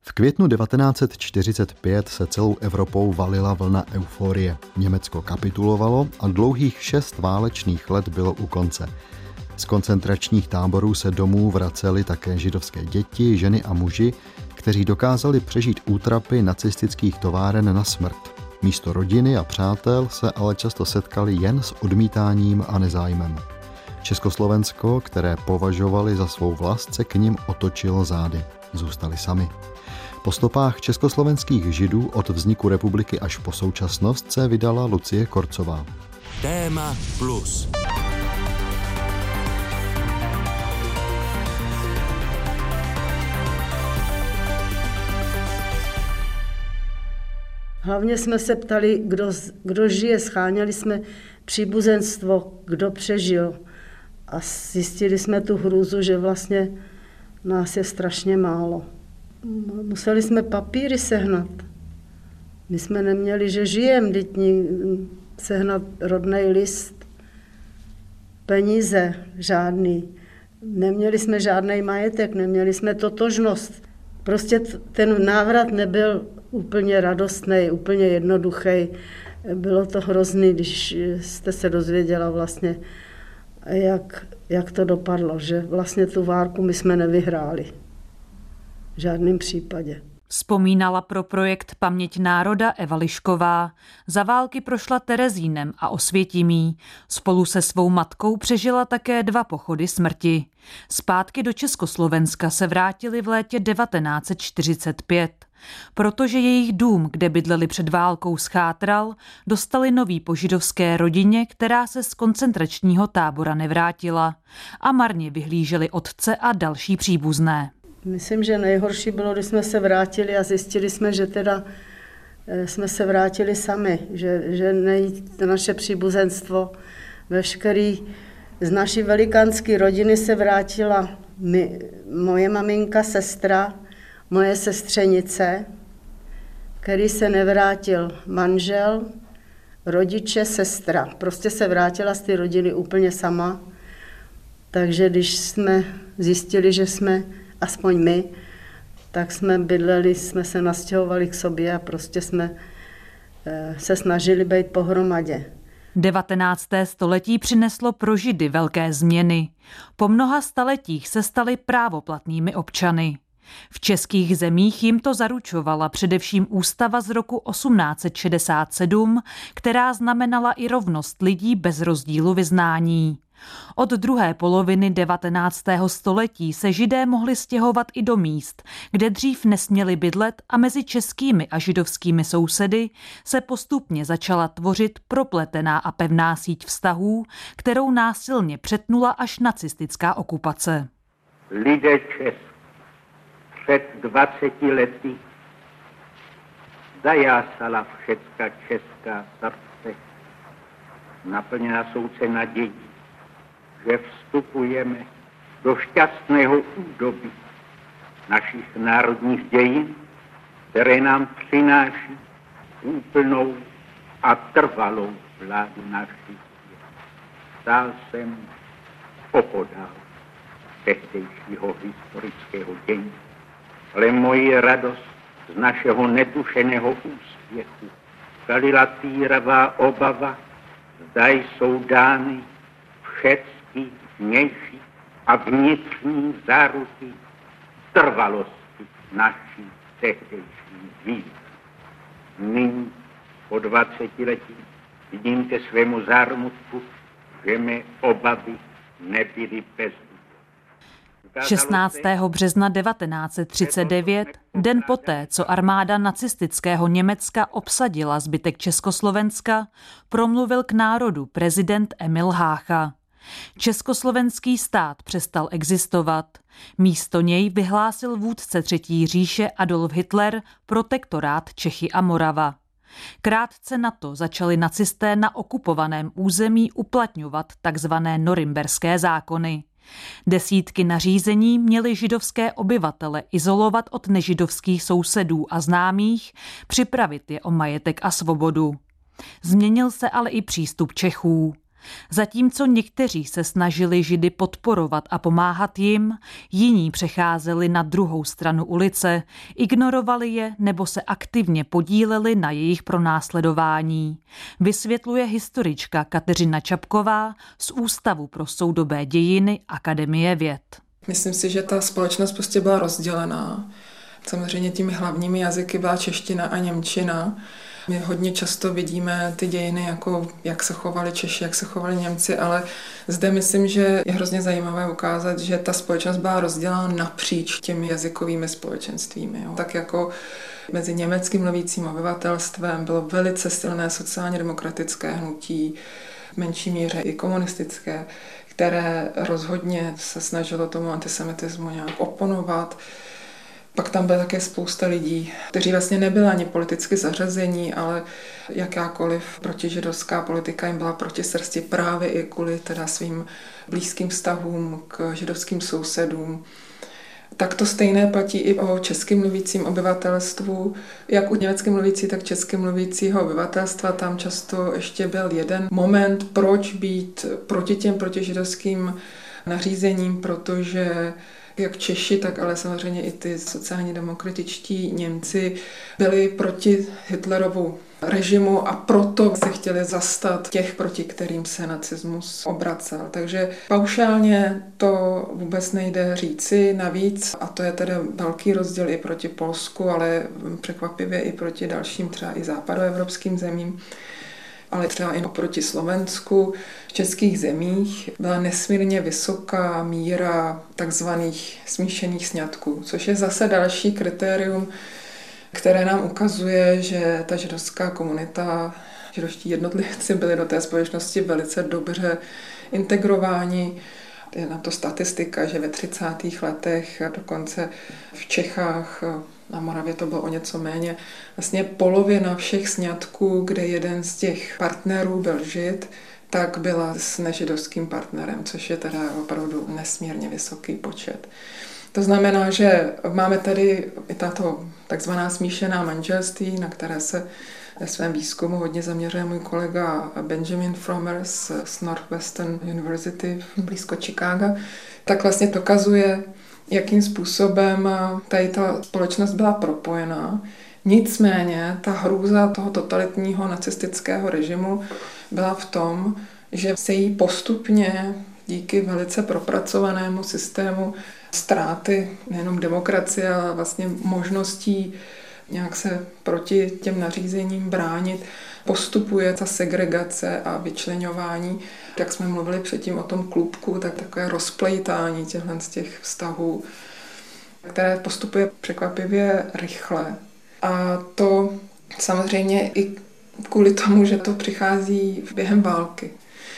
V květnu 1945 se celou Evropou valila vlna euforie. Německo kapitulovalo a dlouhých 6 válečných let bylo u konce. Z koncentračních táborů se domů vraceli také židovské děti, ženy a muži, kteří dokázali přežít útrapy nacistických továren na smrt. Místo rodiny a přátel se ale často setkali jen s odmítáním a nezájmem. Československo, které považovali za svou vlast, se k nim otočilo zády. Zůstali sami. Po stopách československých židů od vzniku republiky až po současnost se vydala Lucie Korcová. Téma plus. Hlavně jsme se ptali, kdo žije, scháněli jsme příbuzenstvo, kdo přežil. A zjistili jsme tu hrůzu, že vlastně nás je strašně málo. Museli jsme papíry sehnat. My jsme neměli, že žijeme, sehnat rodný list, peníze žádný. Neměli jsme žádný majetek, neměli jsme totožnost. Prostě ten návrat nebyl úplně radostný, úplně jednoduchý. Bylo to hrozný, když jste se dozvěděla vlastně, jak to dopadlo, že vlastně tu válku my jsme nevyhráli. V žádném případě. Vzpomínala pro projekt Paměť národa Eva Lišková. Za války prošla Terezínem a Osvětimí. Spolu se svou matkou přežila také 2 pochody smrti. Zpátky do Československa se vrátili v létě 1945. Protože jejich dům, kde bydleli před válkou, schátral, dostali nový po židovské rodině, která se z koncentračního tábora nevrátila. A marně vyhlíželi otce a další příbuzné. Myslím, že nejhorší bylo, když jsme se vrátili a zjistili jsme, že teda jsme se vrátili sami, že naše příbuzenstvo, veškerý z naší velikánské rodiny se vrátila moje maminka, sestra, moje sestřenice, který se nevrátil manžel, rodiče, sestra. Prostě se vrátila z té rodiny úplně sama. Takže když jsme zjistili, že jsme aspoň my, tak jsme bydleli, jsme se nastěhovali k sobě a prostě jsme se snažili být pohromadě. 19. století přineslo pro Židy velké změny. Po mnoha staletích se stali právoplatnými občany. V českých zemích jim to zaručovala především ústava z roku 1867, která znamenala i rovnost lidí bez rozdílu vyznání. Od druhé poloviny 19. století se Židé mohli stěhovat i do míst, kde dřív nesměli bydlet, a mezi českými a židovskými sousedy se postupně začala tvořit propletená a pevná síť vztahů, kterou násilně přetnula až nacistická okupace. Lidé Česk před 20 lety zajásala všecka česká srdce, naplněna souce nadějí, že vstupujeme do šťastného údobí našich národních dějin, které nám přináší úplnou a trvalou vládu naší. Stál jsem opodál tehdejšího historického dění, ale moji radost z našeho netušeného úspěchu kalila týravá obava, zda jsou dány všechny vnější a vnitřní záruky trvalosti naší tehdejší víry. Nyní po 20 letí vidím ke svému zármutku, že mé obavy nebyly bezdůvodné. 16. března 1939, den poté, co armáda nacistického Německa obsadila zbytek Československa, promluvil k národu prezident Emil Hácha. Československý stát přestal existovat. Místo něj vyhlásil vůdce Třetí říše Adolf Hitler protektorát Čechy a Morava. Krátce na to začali nacisté na okupovaném území uplatňovat takzvané norimberské zákony. Desítky nařízení měly židovské obyvatele izolovat od nežidovských sousedů a známých, připravit je o majetek a svobodu. Změnil se ale i přístup Čechů. Zatímco někteří se snažili Židy podporovat a pomáhat jim, jiní přecházeli na druhou stranu ulice, ignorovali je nebo se aktivně podíleli na jejich pronásledování. Vysvětluje historička Kateřina Čapková z Ústavu pro soudobé dějiny Akademie věd. Myslím si, že ta společnost prostě byla rozdělená. Samozřejmě těmi hlavními jazyky byla čeština a němčina. My hodně často vidíme ty dějiny, jako jak se chovali Češi, jak se chovali Němci, ale zde myslím, že je hrozně zajímavé ukázat, že ta společnost byla rozdělána napříč těmi jazykovými společenstvími. Jo. Tak jako mezi německým mluvícím obyvatelstvem bylo velice silné sociálně demokratické hnutí, v menší míře i komunistické, které rozhodně se snažilo tomu antisemitismu nějak oponovat. Pak tam byla také spousta lidí, kteří vlastně nebyli ani politicky zařazení, ale jakákoliv protižidovská politika jim byla proti srsti právě i kvůli teda svým blízkým vztahům k židovským sousedům. Tak to stejné platí i o českým mluvícím obyvatelstvu. Jak u německy mluvící, tak česky mluvícího obyvatelstva tam často ještě byl jeden moment, proč být proti těm protižidovským nařízením, protože jak Češi, tak ale samozřejmě i ty sociálně demokratičtí Němci byli proti Hitlerovu režimu a proto se chtěli zastat těch, proti kterým se nacismus obracel. Takže paušálně to vůbec nejde říci. Navíc, a to je tedy velký rozdíl i proti Polsku, ale překvapivě i proti dalším třeba i západoevropským zemím, ale třeba i oproti Slovensku, v českých zemích byla nesmírně vysoká míra takzvaných smíšených sňatků, což je zase další kritérium, které nám ukazuje, že ta židovská komunita, židovští jednotlivci byli do té společnosti velice dobře integrováni. Je na to statistika, že ve 30. letech dokonce v Čechách, na Moravě to bylo o něco méně, vlastně polovina všech sňatků, kde jeden z těch partnerů byl žid, tak byla s nežidovským partnerem, což je teda opravdu nesmírně vysoký počet. To znamená, že máme tady i tato takzvaná smíšená manželství, na které se ve svém výzkumu hodně zaměřuje můj kolega Benjamin Frommer z Northwestern University blízko Chicaga, tak vlastně dokazuje, jakým způsobem tady ta společnost byla propojená. Nicméně ta hrůza toho totalitního nacistického režimu byla v tom, že se jí postupně díky velice propracovanému systému ztráty nejenom demokracie, ale vlastně možností nějak se proti těm nařízením bránit, postupuje ta segregace a vyčleňování. Jak jsme mluvili předtím o tom klubku, tak takové rozplejtání z těch vztahů, které postupuje překvapivě rychle. A to samozřejmě i kvůli tomu, že to přichází během války.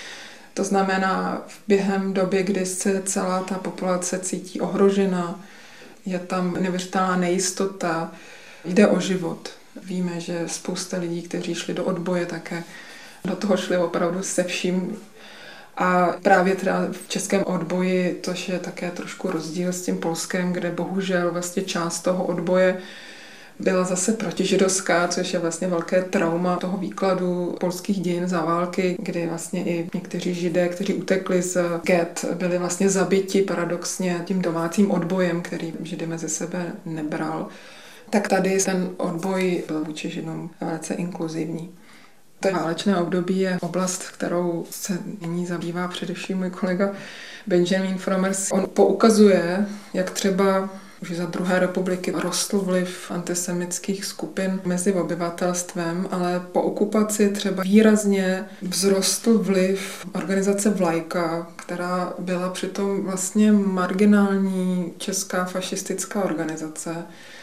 To znamená během doby, kdy se celá ta populace cítí ohrožena, je tam neuvěřitelná nejistota, jde o život. Víme, že spousta lidí, kteří šli do odboje, také do toho šli opravdu se vším. A právě teda v českém odboji, což je také trošku rozdíl s tím polském, kde bohužel vlastně část toho odboje byla zase protižidovská, což je vlastně velké trauma toho výkladu polských dějin za války, kdy vlastně i někteří Židé, kteří utekli z get, byli vlastně zabiti paradoxně tím domácím odbojem, který Židy mezi sebe nebral. Tak tady ten odboj byl vůči Židům velice inkluzivní. To válečné období je oblast, kterou se nyní zabývá především můj kolega Benjamin Frommer. On poukazuje, jak třeba už za druhé republiky rostl vliv antisemitských skupin mezi obyvatelstvem, ale po okupaci třeba výrazně vzrostl vliv organizace Vlajka, která byla přitom vlastně marginální česká fašistická organizace,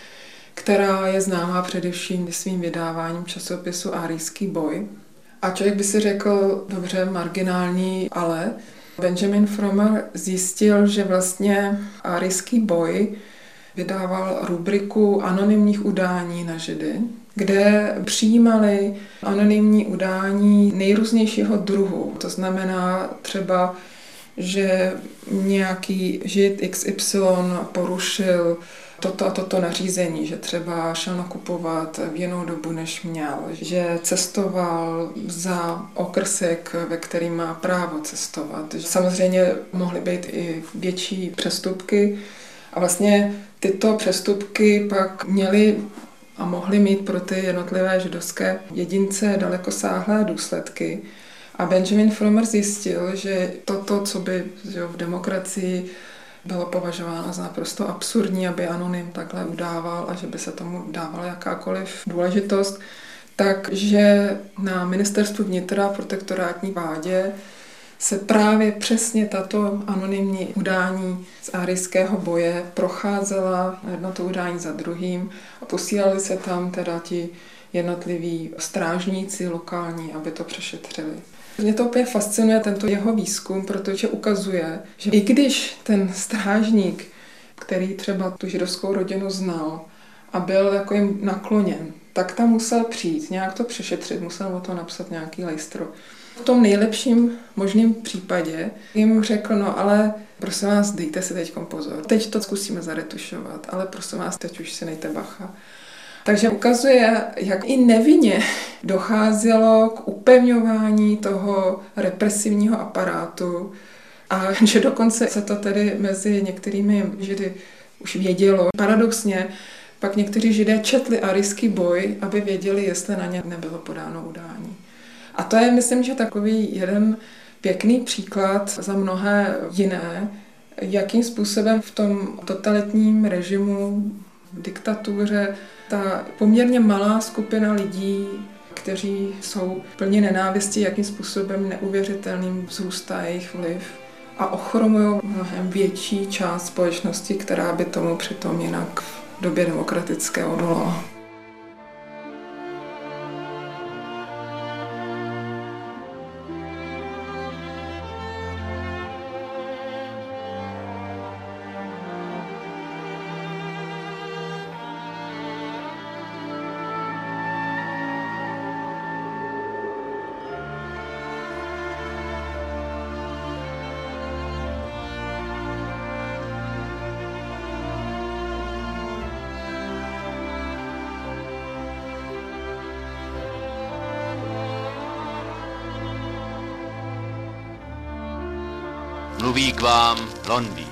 která je známá především svým vydáváním časopisu Árijský boj. A člověk by si řekl, dobře, marginální, ale Benjamin Frommer zjistil, že vlastně Árijský boj vydával rubriku anonymních udání na Židy, kde přijímali anonymní udání nejrůznějšího druhu. To znamená třeba, že nějaký Žid XY porušil toto a toto nařízení, že třeba šel nakupovat v jinou dobu, než měl, že cestoval za okrsek, ve který má právo cestovat. Samozřejmě mohly být i větší přestupky a vlastně tyto přestupky pak měly a mohly mít pro ty jednotlivé židovské jedince dalekosáhlé důsledky. A Benjamin Frommer zjistil, že toto, co by v demokracii bylo považováno za naprosto absurdní, aby anonym takhle udával a že by se tomu dávala jakákoliv důležitost, takže na ministerstvu vnitra v protektorátní vládě se právě přesně tato anonymní udání z árijského boje procházela jedno to udání za druhým a posílali se tam teda ti jednotliví strážníci lokální, aby to přešetřili. Mě to úplně fascinuje, tento jeho výzkum, protože ukazuje, že i když ten strážník, který třeba tu židovskou rodinu znal a byl jako jim nakloněn, tak tam musel přijít, nějak to přešetřit, musel o to napsat nějaký lejstro. V tom nejlepším možném případě jim řekl, no ale prosím vás, dejte si teď pozor. Teď to zkusíme zaretušovat, ale prosím vás, teď už si nejte bacha. Takže ukazuje, jak i nevinně docházelo k upevňování toho represivního aparátu a že dokonce se to tedy mezi některými židy už vědělo. Paradoxně pak někteří židé četli árijský boj, aby věděli, jestli na ně nebylo podáno udání. A to je, myslím, že takový jeden pěkný příklad za mnohé jiné, jakým způsobem v tom totalitním režimu, v diktatuře, ta poměrně malá skupina lidí, kteří jsou plně nenávisti, jakým způsobem neuvěřitelným vzrůstá jejich vliv a ochromují mnohem větší část společnosti, která by tomu přitom jinak v době demokratické odolala. Mluví k vám Londýn.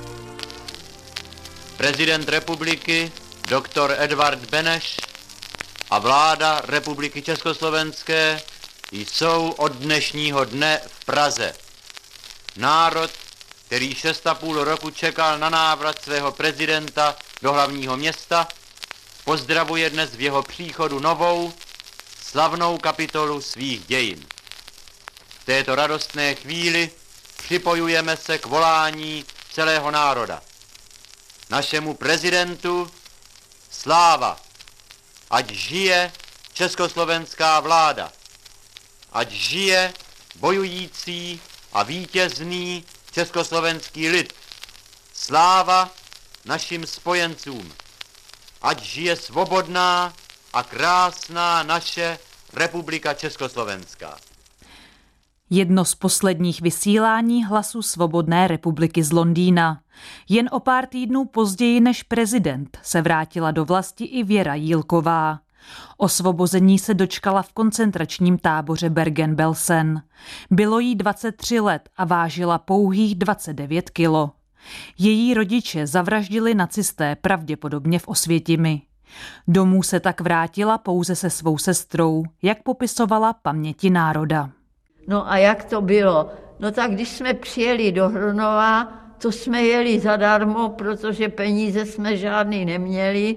Prezident republiky dr. Edvard Beneš a vláda Republiky Československé jsou od dnešního dne v Praze. Národ, který 6,5 roku čekal na návrat svého prezidenta do hlavního města, pozdravuje dnes v jeho příchodu novou, slavnou kapitolu svých dějin. V této radostné chvíli připojujeme se k volání celého národa. Našemu prezidentu sláva, ať žije československá vláda, ať žije bojující a vítězný československý lid. Sláva našim spojencům, ať žije svobodná a krásná naše Republika Československá. Jedno z posledních vysílání Hlasu Svobodné republiky z Londýna. Jen o pár týdnů později než prezident se vrátila do vlasti i Věra Jílková. Osvobození se dočkala v koncentračním táboře Bergen-Belsen. Bylo jí 23 let a vážila pouhých 29 kilo. Její rodiče zavraždili nacisté pravděpodobně v Osvětimi. Domů se tak vrátila pouze se svou sestrou, jak popisovala paměti národa. No a jak to bylo? No tak když jsme přijeli do Hronova, to jsme jeli zadarmo, protože peníze jsme žádný neměli,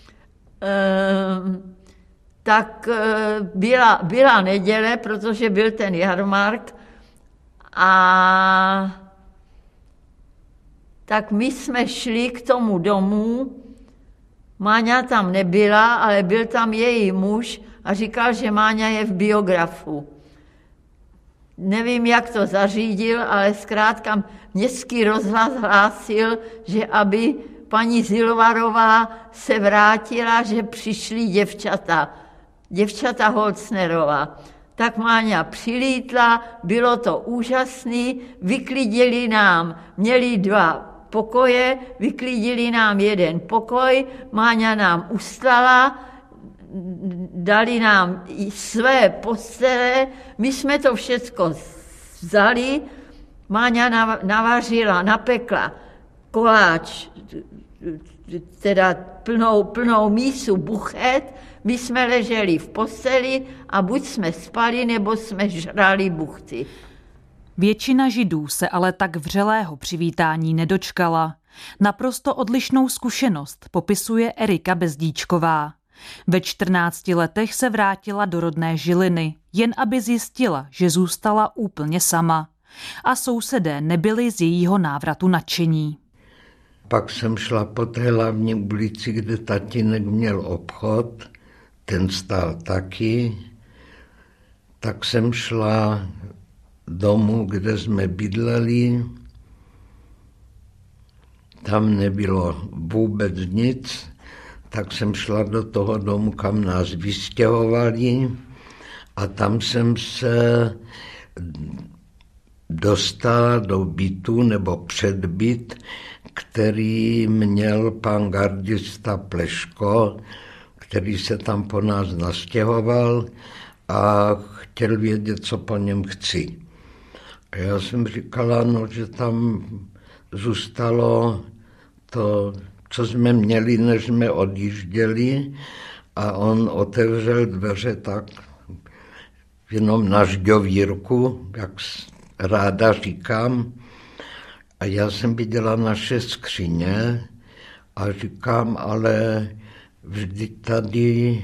tak byla neděle, protože byl ten jarmark a tak my jsme šli k tomu domu, Máňa tam nebyla, ale byl tam její muž a říkal, že Máňa je v biografu. Nevím, jak to zařídil, ale zkrátka městský rozhlas hlásil, že aby paní Zilvarová se vrátila, že přišli děvčata Holcnerová. Tak Máňa přilítla, bylo to úžasný, vyklidili nám, měli 2 pokoje, vyklidili nám jeden pokoj, Máňa nám ustala, dali nám i své postele, my jsme to všecko vzali, Máňa navařila, napekla koláč, teda plnou mísu buchet, my jsme leželi v posteli a buď jsme spali, nebo jsme žrali buchty. Většina Židů se ale tak vřelého přivítání nedočkala. Naprosto odlišnou zkušenost popisuje Erika Bezdíčková. Ve 14 letech se vrátila do rodné Žiliny, jen aby zjistila, že zůstala úplně sama. A sousedé nebyli z jejího návratu nadšení. Pak jsem šla po té hlavní ulici, kde tatínek měl obchod, ten stál taky. Tak jsem šla domů, kde jsme bydleli. Tam nebylo vůbec nic, tak jsem šla do toho domu, kam nás vystěhovali, a tam jsem se dostala do bytu nebo předbyt, který měl pan gardista Pleško, který se tam po nás nastěhoval a chtěl vědět, co po něm chci. A já jsem říkala, no, že tam zůstalo to, co jsme měli, než jsme odjížděli, a on otevřel dveře tak jenom na žďovírku, jak ráda říkám. A já jsem viděla naše skříně a říkám, ale vždyť tady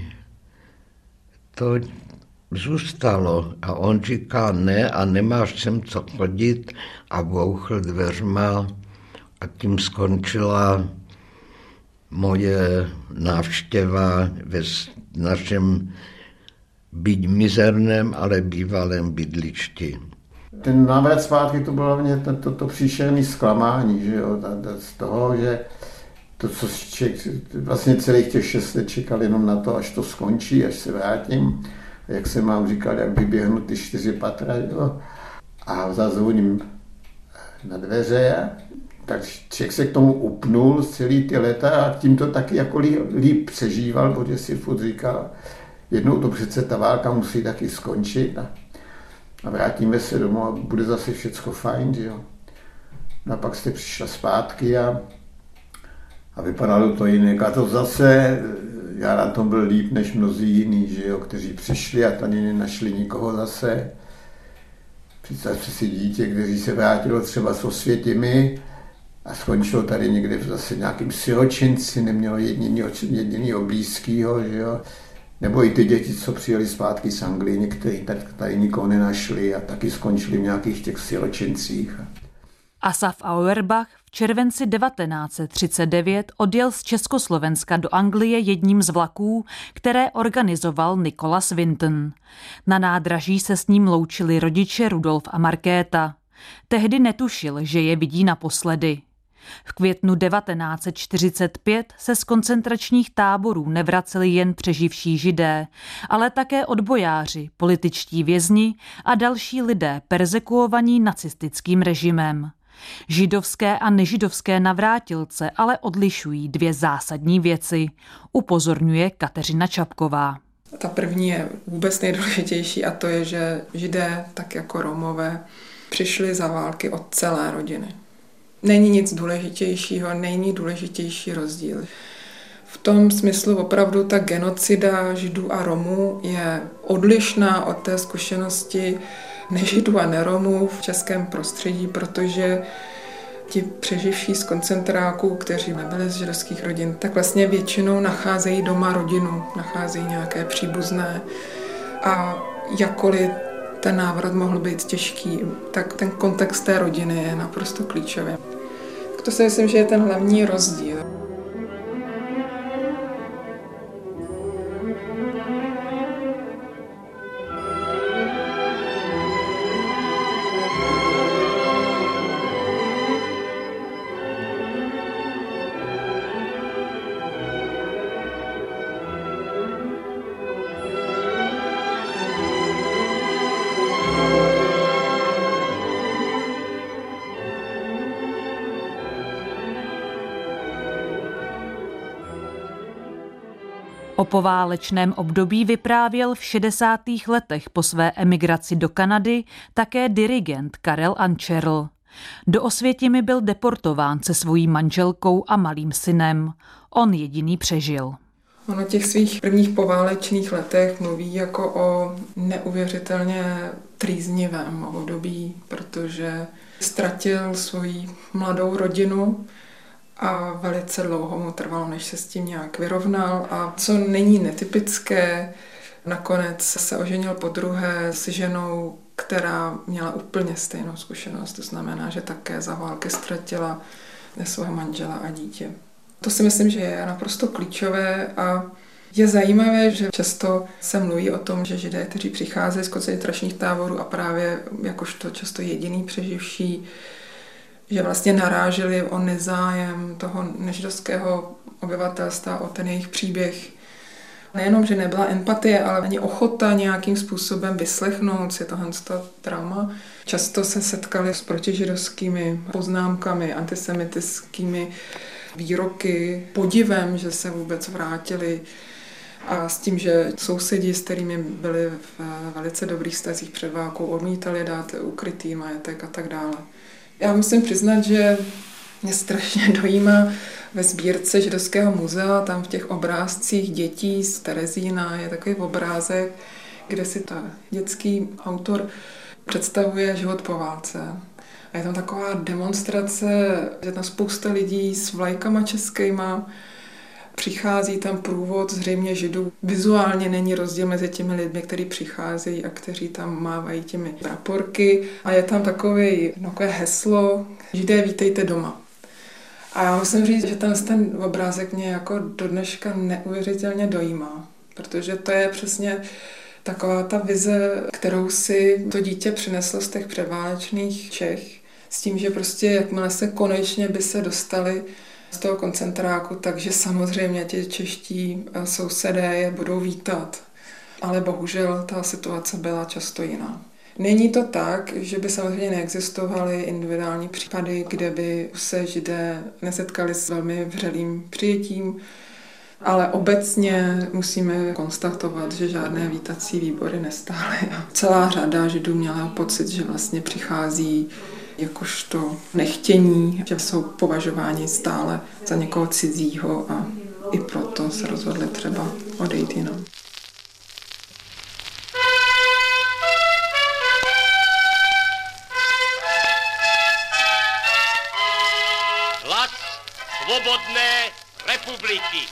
to zůstalo. A on říká, ne, a nemáš sem co chodit, a bouchl dveřma, a tím skončila moje návštěva ve našem byť mizerném, ale bývalém bydlišti. Ten návrat zpátky, to bylo hlavně to příšerné zklamání, že jo, z toho, že to, co vlastně celých těch 6 let čekal jenom na to, až to skončí, až se vrátím, jak jsem vám říkal, jak vyběhnu ty 4 patra, jo, a zazvoním na dveře, tak člověk se k tomu upnul celý ty léta a tím to taky jako líp přežíval, protože si furt říkal, jednou to přece ta válka musí taky skončit a vrátíme se domů a bude zase všecko fajn, že jo. No a pak jste přišla zpátky a vypadalo to jinak. A to zase, já na tom byl líp než mnozí jiní, že jo, kteří přišli a tady nenašli nikoho zase. Představte si dítě, kteří se vrátilo třeba s Osvětimi a skončilo tady někde zase nějakým siročinci, nemělo jedinýho blízkýho, že jo. Nebo i ty děti, co přijeli zpátky z Anglie, někteří tady nikoho nenašli a taky skončili v nějakých těch siročincích. Asaf Auerbach v červenci 1939 odjel z Československa do Anglie jedním z vlaků, které organizoval Nicholas Winton. Na nádraží se s ním loučili rodiče Rudolf a Markéta. Tehdy netušil, že je vidí naposledy. V květnu 1945 se z koncentračních táborů nevraceli jen přeživší Židé, ale také odbojáři, političtí vězni a další lidé perzekuovaní nacistickým režimem. Židovské a nežidovské navrátilce ale odlišují 2 zásadní věci, upozorňuje Kateřina Čapková. Ta první je vůbec nejdůležitější, a to je, že Židé, tak jako Romové, přišli za války od celé rodiny. Není nic důležitějšího, není důležitější rozdíl. V tom smyslu opravdu ta genocida Židů a Romů je odlišná od té zkušenosti nežidů a neromů v českém prostředí, protože ti přeživší z koncentráků, kteří nebyli z židovských rodin, tak vlastně většinou nacházejí doma rodinu, nacházejí nějaké příbuzné. A jakkoliv ten návrat mohl být těžký, tak ten kontext té rodiny je naprosto klíčový. To si myslím, že je ten hlavní rozdíl. O poválečném období vyprávěl v 60. letech po své emigraci do Kanady také dirigent Karel Ančerl. Do Osvětimi byl deportován se svojí manželkou a malým synem. On jediný přežil. On o těch svých prvních poválečných letech mluví jako o neuvěřitelně trýznivém období, protože ztratil svoji mladou rodinu a velice dlouho mu trvalo, než se s tím nějak vyrovnal. A co není netypické, nakonec se oženil podruhé s ženou, která měla úplně stejnou zkušenost. To znamená, že také za války ztratila svého manžela a dítě. To si myslím, že je naprosto klíčové a je zajímavé, že často se mluví o tom, že Židé, kteří přicházejí z koncentračních táborů a právě jakožto často jediný přeživší, že vlastně naráželi o nezájem toho nežidovského obyvatelstva, o ten jejich příběh. Nejenom, že nebyla empatie, ale ani ochota nějakým způsobem vyslechnout si tohle trauma. Často se setkali s protižidovskými poznámkami, antisemitickými výroky, podivem, že se vůbec vrátili a s tím, že sousedi, s kterými byli v velice dobrých vztazích před válkou, odmítali dát ukrytý majetek a tak dále. Já musím přiznat, že mě strašně dojímá ve sbírce Židovského muzea, tam v těch obrázcích dětí z Terezína je takový obrázek, kde si ta dětský autor představuje život po válce. A je tam taková demonstrace, že tam spousta lidí s vlajkama českýma, přichází tam průvod zřejmě Židů. Vizuálně není rozdíl mezi těmi lidmi, kteří přicházejí a kteří tam mávají těmi praporky. A je tam takové heslo: Židé, vítejte doma. A já musím říct, že ten obrázek mě jako do dneška neuvěřitelně dojímá, protože to je přesně taková ta vize, kterou si to dítě přineslo z těch předválečných Čech, s tím, že prostě jakmile se konečně by se dostali z toho koncentráku, takže samozřejmě ti čeští sousedé je budou vítat. Ale bohužel ta situace byla často jiná. Není to tak, že by samozřejmě neexistovaly individuální případy, kde by se Židé nesetkali s velmi vřelým přijetím, ale obecně musíme konstatovat, že žádné vítací výbory nestály. A celá řada Židů měla pocit, že vlastně přichází jakožto nechtění, že jsou považováni stále za někoho cizího a i proto se rozhodli třeba odejít jinam. Hlas svobodné republiky.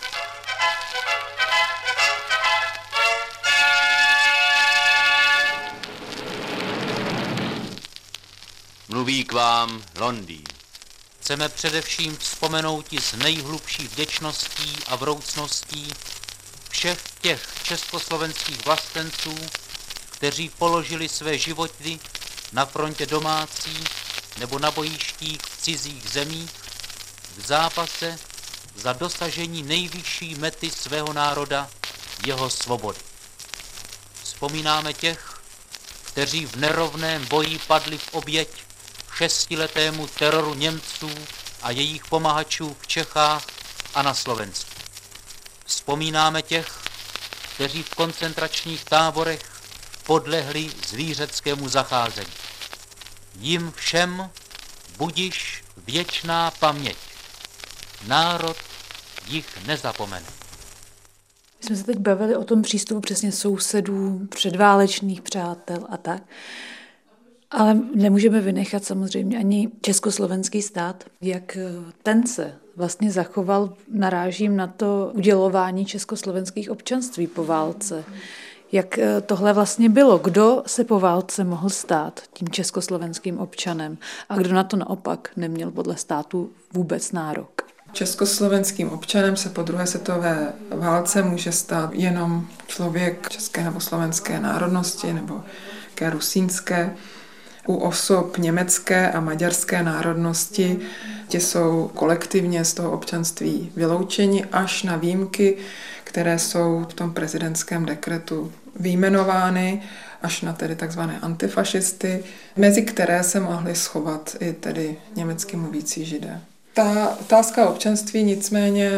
Mluví k vám Londýn. Chceme především vzpomenouti s nejhlubší vděčností a vroucností všech těch československých vlastenců, kteří položili své životy na frontě domácí nebo na bojištích v cizích zemích v zápase za dosažení nejvyšší mety svého národa, jeho svobody. Vzpomínáme těch, kteří v nerovném boji padli v oběť 6letému teroru Němců a jejich pomahačů v Čechách a na Slovensku. Vzpomínáme těch, kteří v koncentračních táborech podlehli zvířeckému zacházení. Jim všem budiš věčná paměť. Národ jich nezapomene. My jsme se teď bavili o tom přístupu přesně sousedů, předválečných přátel a tak. Ale nemůžeme vynechat samozřejmě ani československý stát, jak ten se vlastně zachoval, narážím na to udělování československých občanství po válce. Jak tohle vlastně bylo, kdo se po válce mohl stát tím československým občanem a kdo na to naopak neměl podle státu vůbec nárok. Československým občanem se po druhé světové válce může stát jenom člověk české nebo slovenské národnosti nebo rusínské. U osob německé a maďarské národnosti ti jsou kolektivně z toho občanství vyloučeni až na výjimky, které jsou v tom prezidentském dekretu vyjmenovány, až na tedy takzvané antifašisty, mezi které se mohli schovat i tedy německy mluvící Židé. Ta otázka občanství nicméně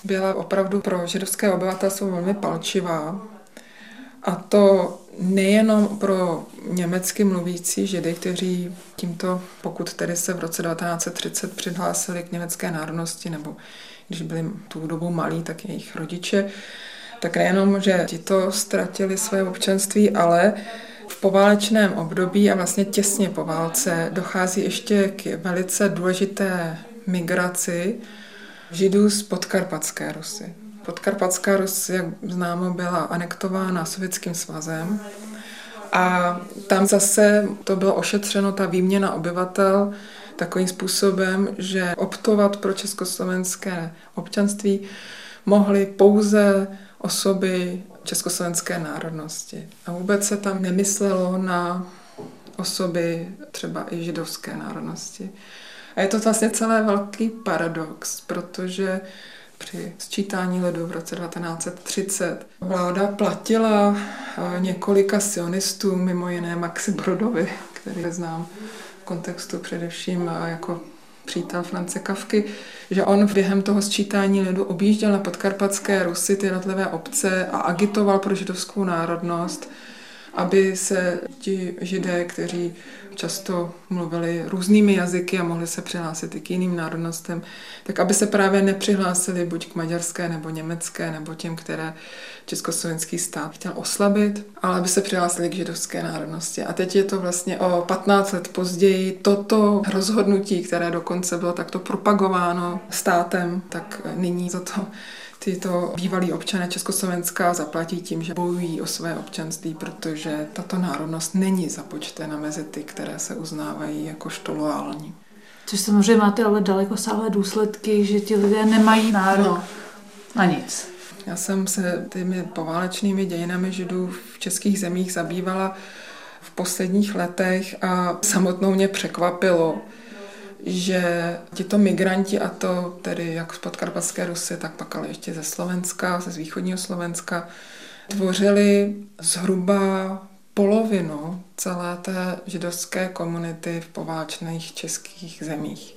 byla opravdu pro židovské obyvatelstvo velmi palčivá. A to nejenom pro německy mluvící Židy, kteří tímto, pokud tedy se v roce 1930 přihlásili k německé národnosti, nebo když byli tu dobu malí, tak jejich rodiče, tak nejenom, že tito ztratili své občanství, ale v poválečném období a vlastně těsně po válce dochází ještě k velice důležité migraci Židů z Podkarpatské Rusy. Podkarpatská Rus, jak známo, byla anektována Sovětským svazem a tam zase to bylo ošetřeno, ta výměna obyvatel, takovým způsobem, že optovat pro československé občanství mohly pouze osoby československé národnosti. A vůbec se tam nemyslelo na osoby třeba i židovské národnosti. A je to vlastně celé velký paradox, protože při sčítání lidu v roce 1930 vláda platila několika sionistům, mimo jiné Maxi Brodovi, který znám v kontextu především jako přítel France Kafky, že on během toho sčítání lidu objížděl na Podkarpatské Rusy ty jednotlivé obce a agitoval pro židovskou národnost, aby se ti Židé, kteří často mluvili různými jazyky a mohli se přihlásit i k jiným národnostem, tak aby se právě nepřihlásili buď k maďarské nebo německé, nebo těm, které československý stát chtěl oslabit, ale aby se přihlásili k židovské národnosti. A teď je to vlastně o 15 let později toto rozhodnutí, které dokonce bylo takto propagováno státem, tak nyní za to tyto bývalí občané Československa zaplatí tím, že bojují o své občanství, protože tato národnost není započtena mezi ty, které se uznávají jakožto loajální. Což samozřejmě máte ale dalekosáhlé důsledky, že ti lidé nemají nárok na nic. Já jsem se těmi poválečnými dějinami Židů v českých zemích zabývala v posledních letech a samotnou mě překvapilo, že tito migranti, a to tedy jak z Podkarpatské Rusy, tak pak ale ještě ze Slovenska, ze východního Slovenska, tvořili zhruba polovinu celé té židovské komunity v poválečných českých zemích.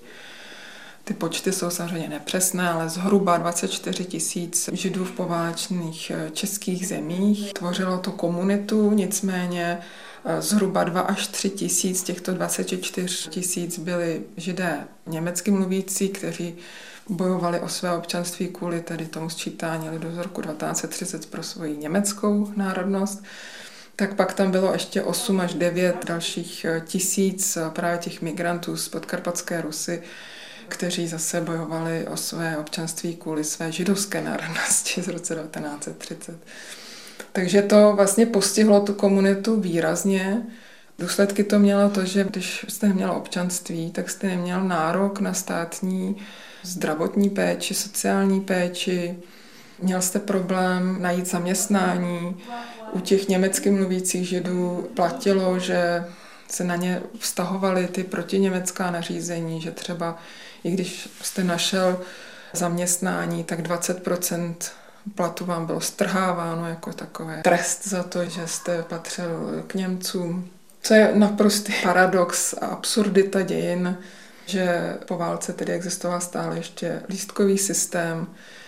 Ty počty jsou samozřejmě nepřesné, ale zhruba 24 000 Židů v poválečných českých zemích tvořilo tu komunitu, nicméně zhruba 2 až 3 tisíc těchto 24 000 byli Židé německy mluvící, kteří bojovali o své občanství kvůli tedy tomu sčítání lidu z roku 1930 pro svoji německou národnost. Tak pak tam bylo ještě 8 až 9 dalších tisíc právě těch migrantů z Podkarpatské Rusy, kteří zase bojovali o své občanství kvůli své židovské národnosti z roce 1930. Takže to vlastně postihlo tu komunitu výrazně. Důsledky to mělo to, že když jste neměl občanství, tak jste neměl nárok na státní zdravotní péči, sociální péči. Měl jste problém najít zaměstnání. U těch německy mluvících Židů platilo, že se na ně vztahovaly ty protiněmecká nařízení, že třeba i když jste našel zaměstnání, tak 20% platu vám bylo strháváno jako takové trest za to, že jste patřil k Němcům. Co je naprostý paradox a absurdita dějin, že po válce tedy existoval stále ještě lístkový systém.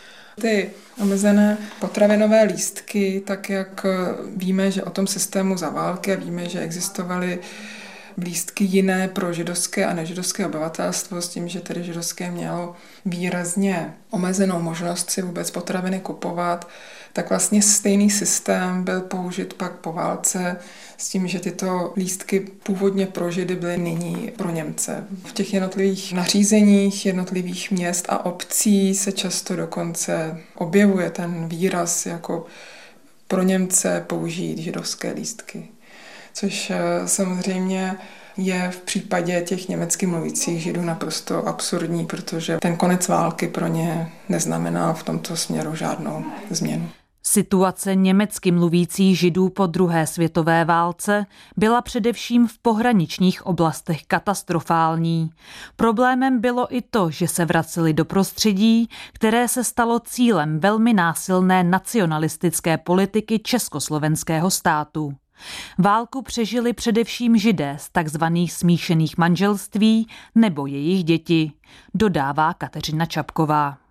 Ty omezené potravinové lístky, tak jak víme, že o tom systému za války a víme, že existovaly lístky jiné pro židovské a nežidovské obyvatelstvo s tím, že tedy židovské mělo výrazně omezenou možnost si vůbec potraviny kupovat, tak vlastně stejný systém byl použit pak po válce s tím, že tyto lístky původně pro Židy byly nyní pro Němce. V těch jednotlivých nařízeních jednotlivých měst a obcí se často dokonce objevuje ten výraz jako pro Němce použít židovské lístky. Což samozřejmě je v případě těch německy mluvících Židů naprosto absurdní, protože ten konec války pro ně neznamenal v tomto směru žádnou změnu. Situace německy mluvících Židů po druhé světové válce byla především v pohraničních oblastech katastrofální. Problémem bylo i to, že se vraceli do prostředí, které se stalo cílem velmi násilné nacionalistické politiky československého státu. Válku přežili především Židé z takzvaných smíšených manželství nebo jejich děti, dodává Kateřina Čapková. V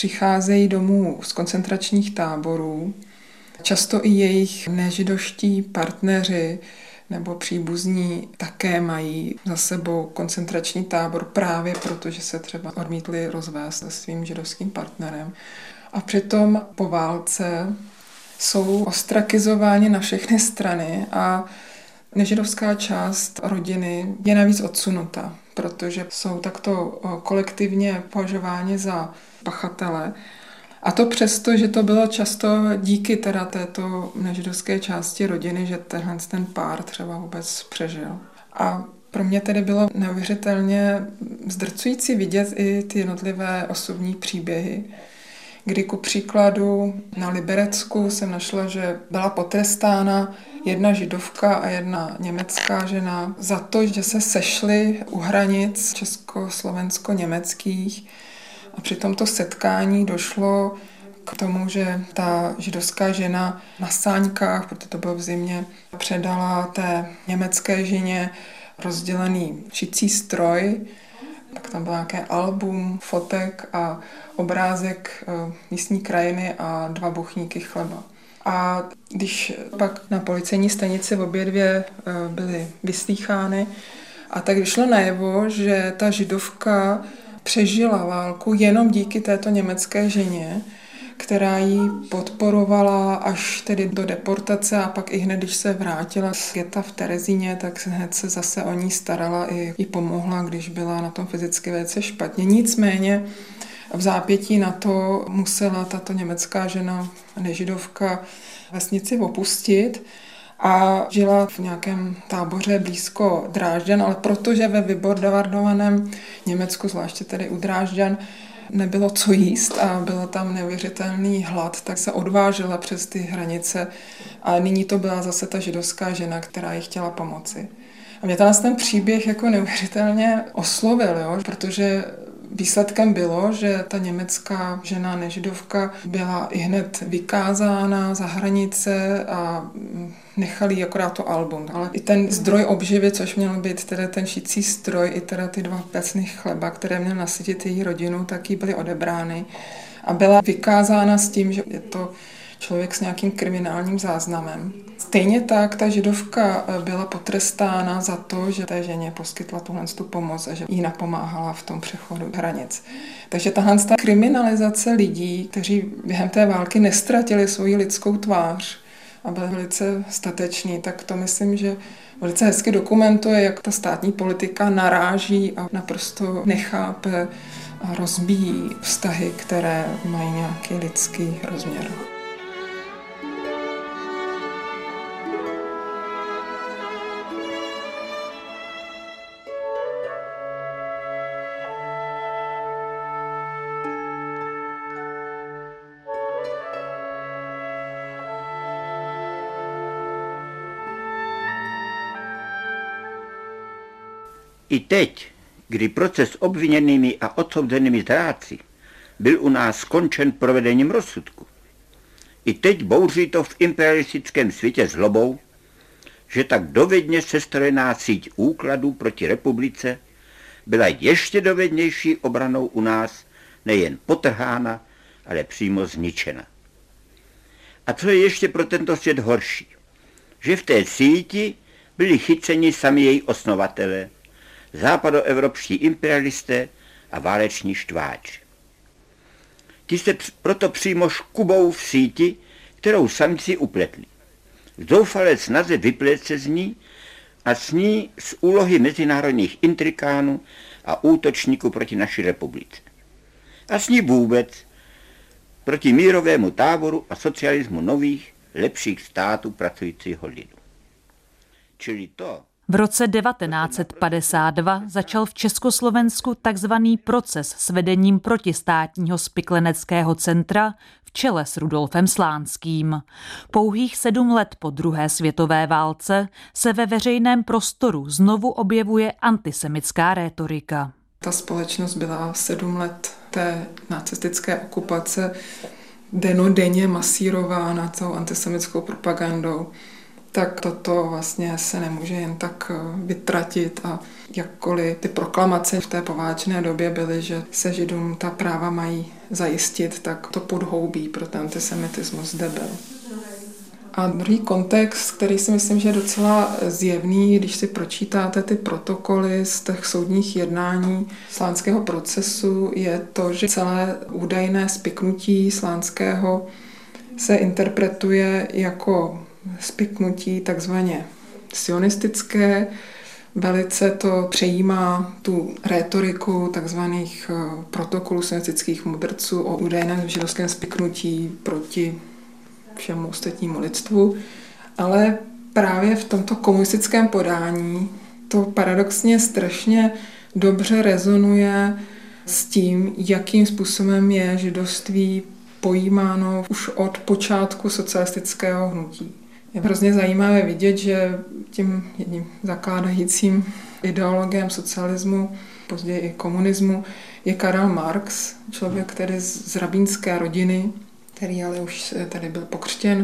přicházejí domů z koncentračních táborů. Často i jejich nežidovští partneři nebo příbuzní také mají za sebou koncentrační tábor právě proto, že se třeba odmítli rozvést se svým židovským partnerem. A přitom po válce jsou ostrakizováni na všechny strany a nežidovská část rodiny je navíc odsunuta, protože jsou takto kolektivně považováni za pachatele. A to přesto, že to bylo často díky teda této nežidovské části rodiny, že ten pár třeba vůbec přežil. A pro mě tedy bylo neuvěřitelně zdrcující vidět i ty jednotlivé osobní příběhy, kdy ku příkladu na Liberecku jsem našla, že byla potrestána jedna židovka a jedna německá žena za to, že se sešly u hranic československo-německých a při tomto setkání došlo k tomu, že ta židovská žena na sáňkách, protože to bylo v zimě, předala té německé ženě rozdělený šicí stroj. Tak tam byl nějaké album, fotek a obrázek místní krajiny a 2 buchníky chleba. A když pak na policejní stanici obě dvě byly vyslýchány, a tak vyšlo najevo, že ta židovka přežila válku jenom díky této německé ženě, která ji podporovala až tedy do deportace a pak i hned, když se vrátila z geta v Terezíně, tak hned se zase o ní starala i pomohla, když byla na tom fyzicky velice špatně. Nicméně v zápětí na to musela tato německá žena, nežidovka, vesnici opustit a žila v nějakém táboře blízko Drážďan, ale protože ve vybombardovaném Německu, zvláště tedy u Drážďan, nebylo co jíst a byl tam neuvěřitelný hlad, tak se odvážela přes ty hranice a nyní to byla zase ta židovská žena, která jí chtěla pomoci. A mě ten příběh jako neuvěřitelně oslovil, jo? Protože výsledkem bylo, že ta německá žena nežidovka byla i hned vykázána za hranice a nechali jí akorát to album. Ale i ten zdroj obživy, což měl být teda ten šicí stroj, i teda ty 2 pecny chleba, které měl nasytit její rodinu, tak jí byly odebrány. A byla vykázána s tím, že je to člověk s nějakým kriminálním záznamem. Stejně tak ta židovka byla potrestána za to, že té ženě poskytla tuhle pomoc a že jí napomáhala v tom přechodu hranic. Takže tahle kriminalizace lidí, kteří během té války nestratili svoji lidskou tvář a byli velice stateční, tak to myslím, že velice hezky dokumentuje, jak ta státní politika naráží a naprosto nechápe a rozbíjí vztahy, které mají nějaký lidský rozměr. I teď, kdy proces obviněnými a odsouzenými zrádci byl u nás skončen provedením rozsudku, i teď bouří to v imperialistickém světě zlobou, že tak dovedně sestrojená síť úkladů proti republice byla ještě dovednější obranou u nás nejen potrhána, ale přímo zničena. A co je ještě pro tento svět horší, že v té síti byli chyceni sami její osnovatelé, západoevropští imperialisté a váleční štváči. Ti se proto přímo škubou v síti, kterou sami si upletli. V zoufalé snaze vyplést se z ní a s ní z úlohy mezinárodních intrikánů a útočníků proti naší republice. A s ní vůbec proti mírovému táboru a socialismu nových, lepších států pracujícího lidu. Čili to... V roce 1952 začal v Československu takzvaný proces s vedením protistátního spikleneckého centra v čele s Rudolfem Slánským. Pouhých 7 let po druhé světové válce se ve veřejném prostoru znovu objevuje antisemitská rétorika. Ta společnost byla 7 let té nacistické okupace denodenně masírována tou antisemitskou propagandou. Tak toto vlastně se nemůže jen tak vytratit a jakkoliv ty proklamace v té poválečné době byly, že se Židům ta práva mají zajistit, tak to podhoubí pro ten antisemitismus zde byl. A druhý kontext, který si myslím, že je docela zjevný, když si pročítáte ty protokoly z těch soudních jednání slánského procesu, je to, že celé údajné spiknutí Slánského se interpretuje jako spiknutí takzvaně sionistické. Velice to přejímá tu rétoriku takzvaných protokolů sionistických mudrců o údajném židovském spiknutí proti všemu ostatnímu lidstvu, ale právě v tomto komunistickém podání to paradoxně strašně dobře rezonuje s tím, jakým způsobem je židovství pojímáno už od počátku socialistického hnutí. Je hrozně zajímavé vidět, že tím jedním zakládajícím ideologem socialismu, později i komunismu, je Karel Marx, člověk, který z rabínské rodiny, který ale už tady byl pokřtěn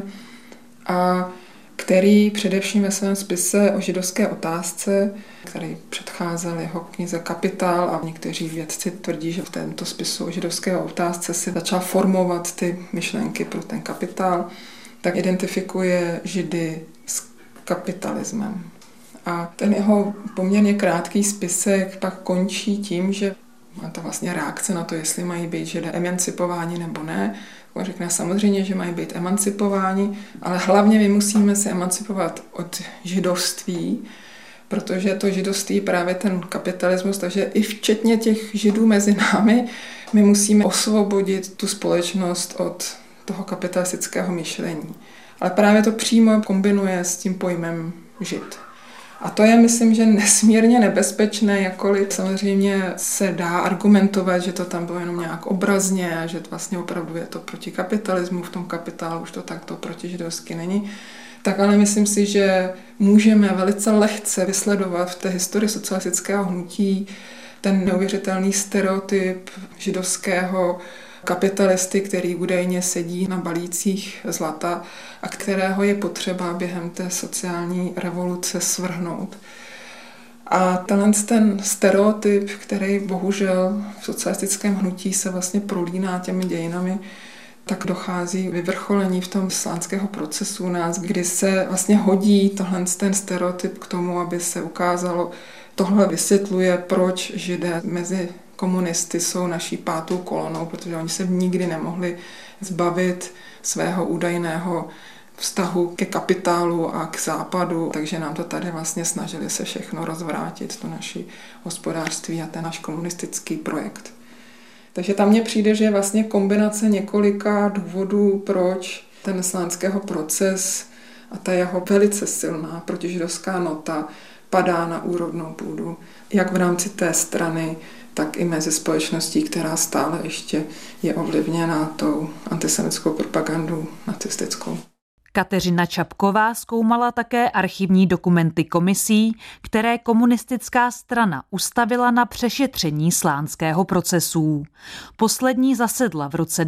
a který především ve svém spise o židovské otázce, který předcházel jeho knize Kapitál a někteří vědci tvrdí, že v tomto spisu o židovské otázce si začal formovat ty myšlenky pro ten Kapitál, tak identifikuje Židy s kapitalismem. A ten jeho poměrně krátký spisek pak končí tím, že má to vlastně reakce na to, jestli mají být Židé emancipováni nebo ne. On řekne samozřejmě, že mají být emancipováni, ale hlavně my musíme se emancipovat od židovství, protože to židovství je právě ten kapitalismus, takže i včetně těch Židů mezi námi, my musíme osvobodit tu společnost od toho kapitalistického myšlení. Ale právě to přímo kombinuje s tím pojmem Žid. A to je, myslím, že nesmírně nebezpečné, jakkoliv samozřejmě se dá argumentovat, že to tam bylo jenom nějak obrazně a že vlastně opravdu je to proti kapitalismu, v tom Kapitálu už to takto protižidovsky není. Tak ale myslím si, že můžeme velice lehce vysledovat v té historii socialistického hnutí ten neuvěřitelný stereotyp židovského kapitalisty, který údajně sedí na balících zlata a kterého je potřeba během té sociální revoluce svrhnout. A ten stereotyp, který bohužel v socialistickém hnutí se vlastně prolíná těmi dějinami, tak dochází vyvrcholení v tom slánského procesu u nás, kdy se vlastně hodí ten stereotyp k tomu, aby se ukázalo, tohle vysvětluje, proč Židé mezi komunisty jsou naší pátou kolonou, protože oni se nikdy nemohli zbavit svého údajného vztahu ke kapitálu a k západu, takže nám to tady vlastně snažili se všechno rozvrátit, to naše hospodářství a ten náš komunistický projekt. Takže tam mně přijde, že je vlastně kombinace několika důvodů, proč ten slánského proces a ta jeho velice silná protižidovská nota padá na úrodnou půdu, jak v rámci té strany, tak i mezi společností, která stále ještě je ovlivněná tou antisemitskou propagandou nacistickou. Kateřina Čapková zkoumala také archivní dokumenty komisí, které komunistická strana ustavila na přešetření slánského procesu. Poslední zasedla v roce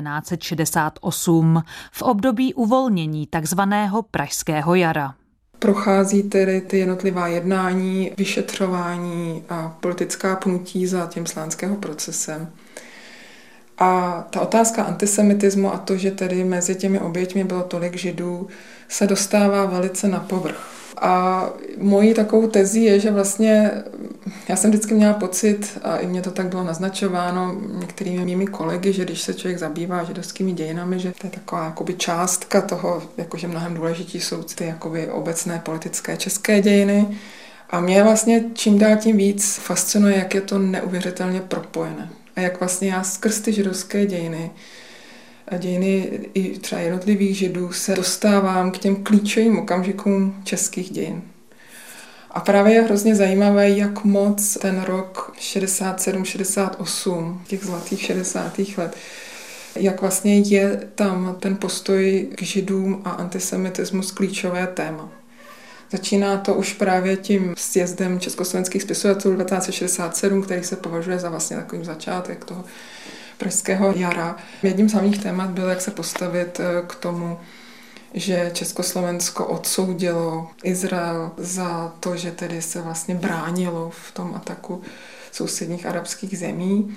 1968 v období uvolnění takzvaného Pražského jara. Prochází tedy ty jednotlivá jednání, vyšetřování a politická pnutí za tím slánského procesem. A ta otázka antisemitismu a to, že tedy mezi těmi oběťmi bylo tolik Židů, se dostává velice na povrch. A mojí takovou tezí je, že vlastně já jsem vždycky měla pocit, a i mně to tak bylo naznačováno některými mými kolegy, že když se člověk zabývá židovskými dějinami, že to je taková jakoby částka toho, jakože mnohem důležitý jsou ty jakoby obecné politické české dějiny. A mě vlastně čím dál tím víc fascinuje, jak je to neuvěřitelně propojené. A jak vlastně já skrz ty židovské dějiny a dějiny i třeba jednotlivých Židů se dostávám k těm klíčovým okamžikům českých dějin. A právě je hrozně zajímavé, jak moc ten rok 67-68, těch zlatých 60. let, jak vlastně je tam ten postoj k Židům a antisemitismus klíčové téma. Začíná to už právě tím sjezdem československých spisovatelů 1967, který se považuje za vlastně takový začátek toho Pražského jara. Jedním z hlavních témat bylo, jak se postavit k tomu, že Československo odsoudilo Izrael za to, že tedy se vlastně bránilo v tom ataku sousedních arabských zemí.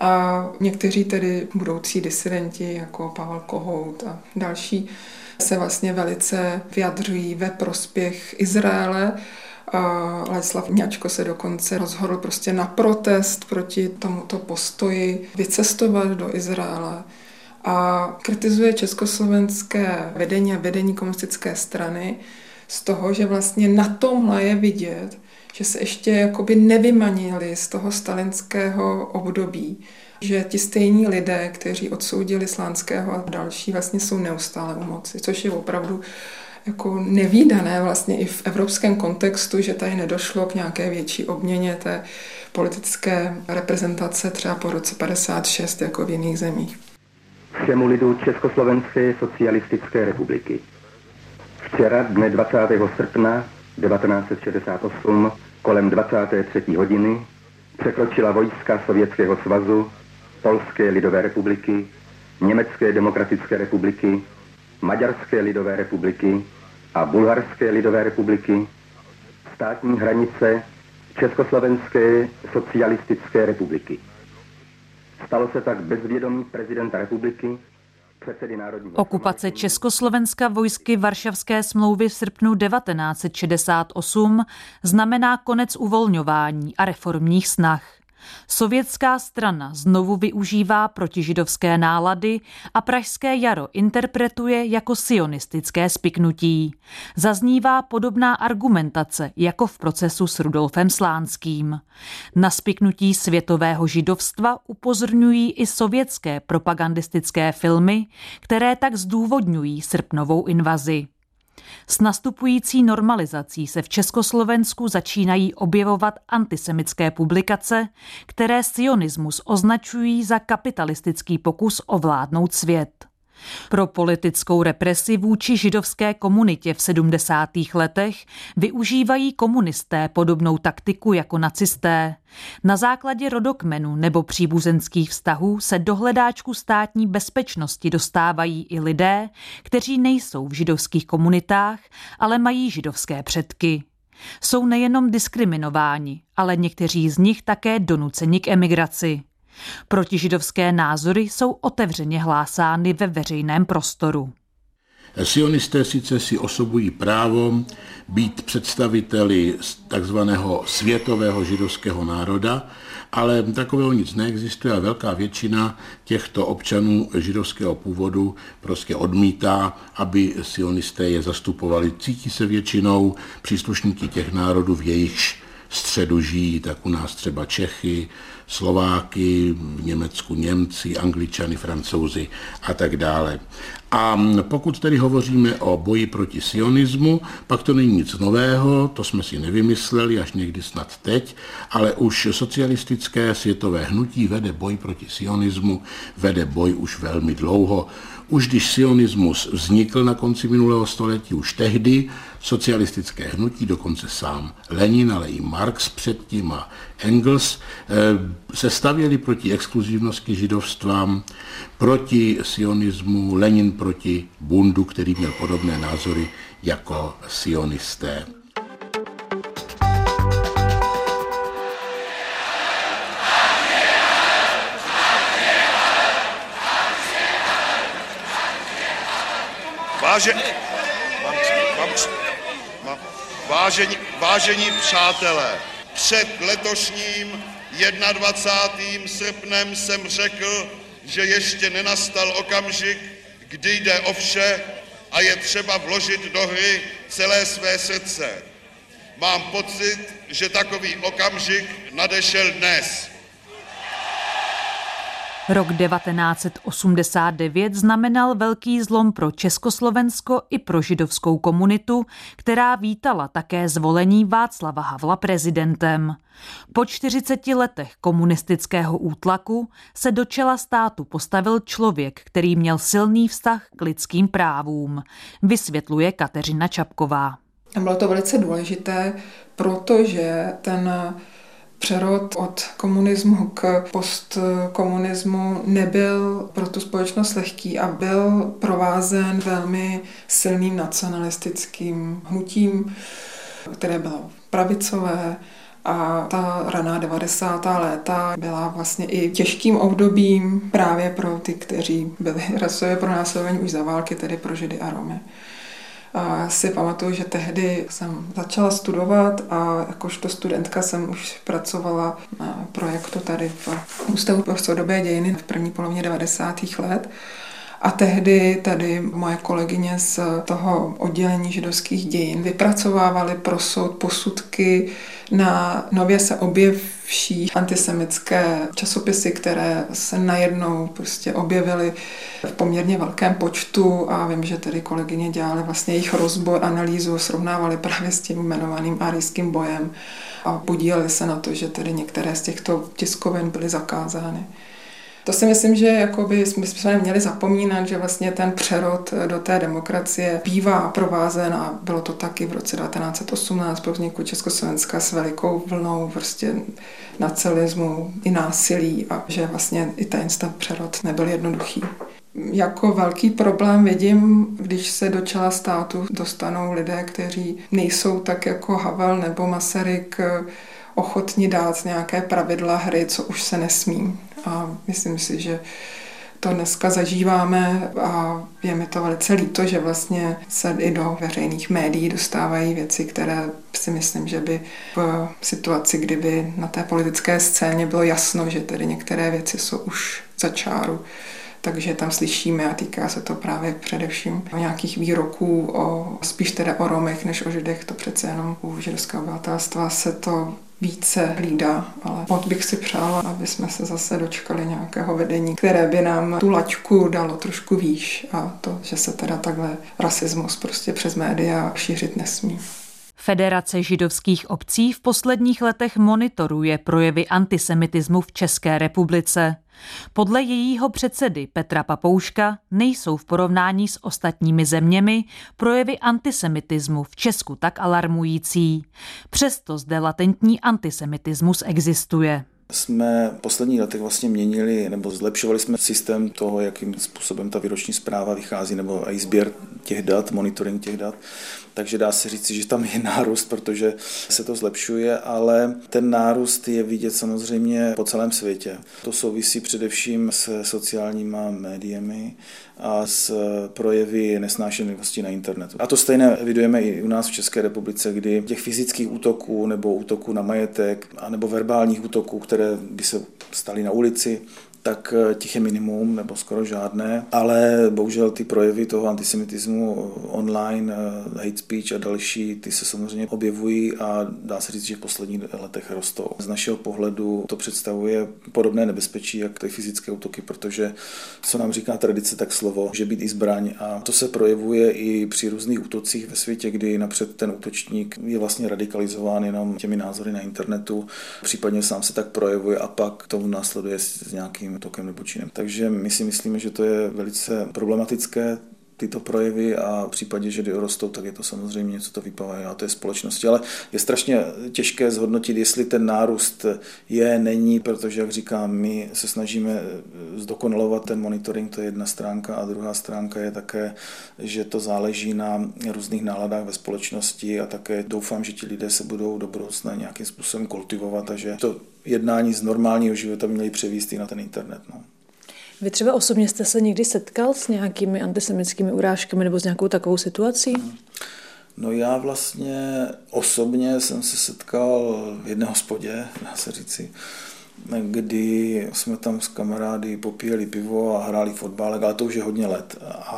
A někteří tedy budoucí disidenti, jako Pavel Kohout a další, se vlastně velice vyjadřují ve prospěch Izraele. Ladislav Mňačko se dokonce rozhodl prostě na protest proti tomuto postoji vycestovat do Izraele a kritizuje československé vedení a vedení komunistické strany z toho, že vlastně na tomhle je vidět, že se ještě jakoby nevymanili z toho stalinského období, že ti stejní lidé, kteří odsoudili Slánského a další, vlastně jsou neustále u moci, což je opravdu jako nevídané vlastně i v evropském kontextu, že tady nedošlo k nějaké větší obměně té politické reprezentace třeba po roce 56 jako v jiných zemích. Všemu lidu Československé socialistické republiky. Včera, dne 20. srpna 1968, kolem 23. hodiny, překročila vojska Sovětského svazu, Polské lidové republiky, Německé demokratické republiky, Maďarské lidové republiky a Bulharské lidové republiky státní hranice Československé socialistické republiky. Stalo se tak bez vědomí prezidenta republiky, předsedy Národní... Okupace Československa vojsky Varšavské smlouvy v srpnu 1968 znamená konec uvolňování a reformních snah. Sovětská strana znovu využívá protižidovské nálady a Pražské jaro interpretuje jako sionistické spiknutí. Zaznívá podobná argumentace jako v procesu s Rudolfem Slánským. Na spiknutí světového židovstva upozorňují i sovětské propagandistické filmy, které tak zdůvodňují srpnovou invazi. S nastupující normalizací se v Československu začínají objevovat antisemitské publikace, které sionismus označují za kapitalistický pokus ovládnout svět. Pro politickou represi vůči židovské komunitě v 70. letech využívají komunisté podobnou taktiku jako nacisté. Na základě rodokmenu nebo příbuzenských vztahů se do hledáčku státní bezpečnosti dostávají i lidé, kteří nejsou v židovských komunitách, ale mají židovské předky. Jsou nejenom diskriminováni, ale někteří z nich také donuceni k emigraci. Protižidovské názory jsou otevřeně hlásány ve veřejném prostoru. Sionisté sice si osobují právo být představiteli takzvaného světového židovského národa, ale takového nic neexistuje a velká většina těchto občanů židovského původu prostě odmítá, aby sionisté je zastupovali. Cítí se většinou příslušníky těch národů, v jejichž středu žijí, tak u nás třeba Čechy, Slováky, v Německu Němci, Angličany, Francouzi a tak dále. A pokud tedy hovoříme o boji proti sionismu, pak to není nic nového, to jsme si nevymysleli až někdy snad teď, ale už socialistické světové hnutí vede boj proti sionismu, vede boj už velmi dlouho. Už když sionismus vznikl na konci minulého století, už tehdy socialistické hnutí, dokonce sám Lenin, ale i Marx předtím a Engels, se stavěli proti exkluzivnosti židovstva, proti sionismu, Lenin proti Bundu, který měl podobné názory jako sionisté. Vážení přátelé, před letošním 21. srpnem jsem řekl, že ještě nenastal okamžik, kdy jde o vše a je třeba vložit do hry celé své srdce. Mám pocit, že takový okamžik nadešel dnes. Rok 1989 znamenal velký zlom pro Československo i pro židovskou komunitu, která vítala také zvolení Václava Havla prezidentem. Po 40 letech komunistického útlaku se do čela státu postavil člověk, který měl silný vztah k lidským právům, vysvětluje Kateřina Čapková. Bylo to velice důležité, protože ten přerod od komunismu k postkomunismu nebyl pro tu společnost lehký a byl provázen velmi silným nacionalistickým hnutím, které bylo pravicové A ta raná 90. léta byla vlastně i těžkým obdobím právě pro ty, kteří byli rasově pronásledovaní už za války, tedy pro Židy a Romy. A si pamatuju, že tehdy jsem začala studovat a jakožto studentka jsem už pracovala na projektu tady v Ústavu pro soudobé dějiny v první polovině 90. let. A tehdy tady moje kolegyně z toho oddělení židovských dějin vypracovávaly pro soud posudky na nově se objevší antisemitské časopisy, které se najednou prostě objevily v poměrně velkém počtu a vím, že tedy kolegyně dělaly vlastně jejich rozbor, analýzu, srovnávali právě s tím jmenovaným árijským bojem a podíleli se na to, že tedy některé z těchto tiskovin byly zakázány. To si myslím, že jakoby jsme neměli zapomínat, že vlastně ten přerod do té demokracie bývá provázen a bylo to taky v roce 1918 po vzniku Československa s velikou vlnou prostě nacionalismu i násilí a že vlastně i ten přerod nebyl jednoduchý. Jako velký problém vidím, když se do čela státu dostanou lidé, kteří nejsou tak jako Havel nebo Masaryk ochotni dát nějaké pravidla hry, co už se nesmí. A myslím si, že to dneska zažíváme a je mi to velice líto, že vlastně se i do veřejných médií dostávají věci, které si myslím, že by v situaci, kdyby na té politické scéně bylo jasno, že tedy některé věci jsou už za čáru, takže tam slyšíme a týká se to právě především o nějakých výroků, spíš teda o Romech než o Židech, to přece jenom u židovského obyvatelstva se to více hlídá, ale moc bych si přála, aby jsme se zase dočkali nějakého vedení, které by nám tu laťku dalo trošku výš a to, že se teda takhle rasismus prostě přes média šířit nesmí. Federace židovských obcí v posledních letech monitoruje projevy antisemitismu v České republice. Podle jejího předsedy Petra Papouška nejsou v porovnání s ostatními zeměmi projevy antisemitismu v Česku tak alarmující. Přesto zde latentní antisemitismus existuje. Jsme v posledních letech vlastně měnili nebo zlepšovali jsme systém toho, jakým způsobem ta výroční zpráva vychází, nebo i sběr těch dat, monitoring těch dat. Takže dá se říct, že tam je nárůst, protože se to zlepšuje, ale ten nárůst je vidět samozřejmě po celém světě. To souvisí především s sociálníma médiemi a s projevy nesnášenlivosti na internetu. A to stejné evidujeme i u nás v České republice, kdy těch fyzických útoků nebo útoků na majetek a nebo verbálních útoků, které by se staly na ulici, tak těch je minimum nebo skoro žádné, ale bohužel ty projevy toho antisemitismu online, hate speech a další, ty se samozřejmě objevují a dá se říct, že v posledních letech rostou. Z našeho pohledu to představuje podobné nebezpečí, jak ty fyzické útoky, protože co nám říká tradice, tak slovo, že být i zbraň a to se projevuje i při různých útocích ve světě, kdy napřed ten útočník je vlastně radikalizován jenom těmi názory na internetu, případně sám se tak projevuje a pak tomu následuje s nějakým tokem nebo činem. Takže my si myslíme, že to je velice problematické, tyto projevy a v případě, že rostou, tak je to samozřejmě něco, to vypává té společnosti. Ale je strašně těžké zhodnotit, jestli ten nárůst je, není, protože, jak říkám, my se snažíme zdokonalovat ten monitoring, to je jedna stránka a druhá stránka je také, že to záleží na různých náladách ve společnosti a také doufám, že ti lidé se budou do budoucna nějakým způsobem kultivovat a že to jednání z normálního života měli převést i na ten internet. No. Vy třeba osobně jste se někdy setkal s nějakými antisemitskými urážkami nebo s nějakou takovou situací? No já vlastně osobně jsem se setkal v jedné hospodě, dá se říci, kdy jsme tam s kamarády popíjeli pivo a hráli fotbal, ale to už je hodně let.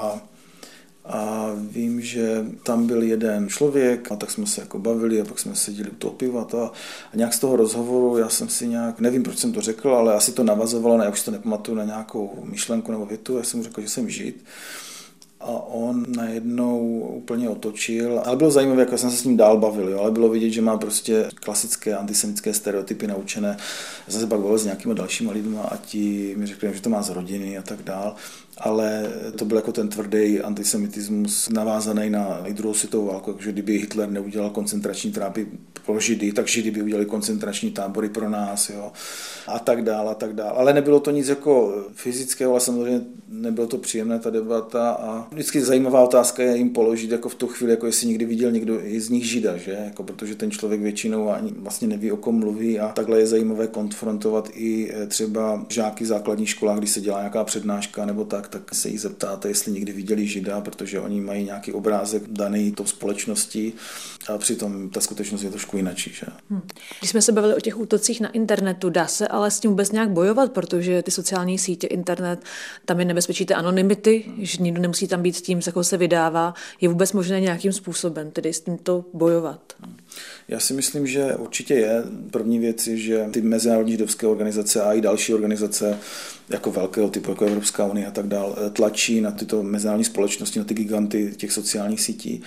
A vím, že tam byl jeden člověk a tak jsme se jako bavili a pak jsme seděli u toho piva a nějak z toho rozhovoru já jsem si nějak, nevím, proč jsem to řekl, ale asi to navazovalo, já už to nepamatuju, na nějakou myšlenku nebo větu, já jsem mu řekl, že jsem Žid. A on najednou úplně otočil, ale bylo zajímavé, jak jsem se s ním dál bavil, jo? Ale bylo vidět, že má prostě klasické antisemitské stereotypy naučené. Já jsem se pak bavil s nějakýma dalšíma lidma a ti mi řekli, že to má z rodiny a tak dál. ale to byl jako ten tvrdý antisemitismus navázaný na druhou světovou válku, takže kdyby Hitler neudělal koncentrační tábory pro Židy, tak Židy by udělali koncentrační tábory pro nás, jo, a tak dál, a tak dál. Ale nebylo to nic jako fyzického, ale samozřejmě nebylo to příjemné ta debata a vždycky zajímavá otázka je jim položit jako v tu chvíli, jako jestli někdy viděl někdo z nich Žida, že, jako protože ten člověk většinou ani vlastně neví, o kom mluví a takhle je zajímavé konfrontovat i třeba žáky v základních školách, když se dělá nějaká přednáška nebo tak se jí zeptáte, jestli někdy viděli Žida, protože oni mají nějaký obrázek daný tou společností a přitom ta skutečnost je trošku jinačí. Že? Když jsme se bavili o těch útocích na internetu, dá se ale s tím vůbec nějak bojovat, protože ty sociální sítě, internet, tam je nebezpečí té anonymity, že nikdo nemusí tam být s tím, z jakého se vydává. Je vůbec možné nějakým způsobem tedy s tímto bojovat? Já si myslím, že určitě je. První věc je, že ty mezinárodní židovské organizace a i další organizace jako velkého typu, jako Evropská unie a tak dál, tlačí na tyto mezinárodní společnosti, na ty giganty těch sociálních sítí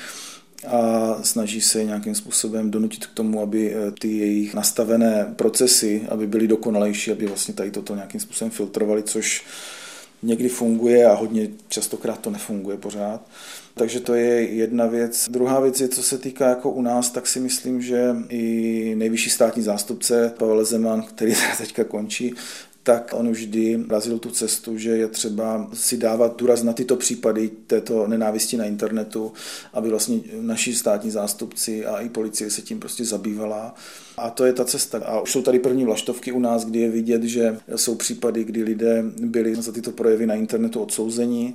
a snaží se nějakým způsobem donutit k tomu, aby ty jejich nastavené procesy, aby byly dokonalejší, aby vlastně tady toto nějakým způsobem filtrovali, což někdy funguje a hodně častokrát to nefunguje pořád. Takže to je jedna věc. Druhá věc je, co se týká jako u nás, tak si myslím, že i nejvyšší státní zástupce Pavel Zeman, který teďka končí, tak on už vždy razil tu cestu, že je třeba si dávat důraz na tyto případy této nenávisti na internetu, aby vlastně naši státní zástupci a i policie se tím prostě zabývala. A to je ta cesta. A už jsou tady první vlaštovky u nás, kdy je vidět, že jsou případy, kdy lidé byli za tyto projevy na internetu odsouzeni.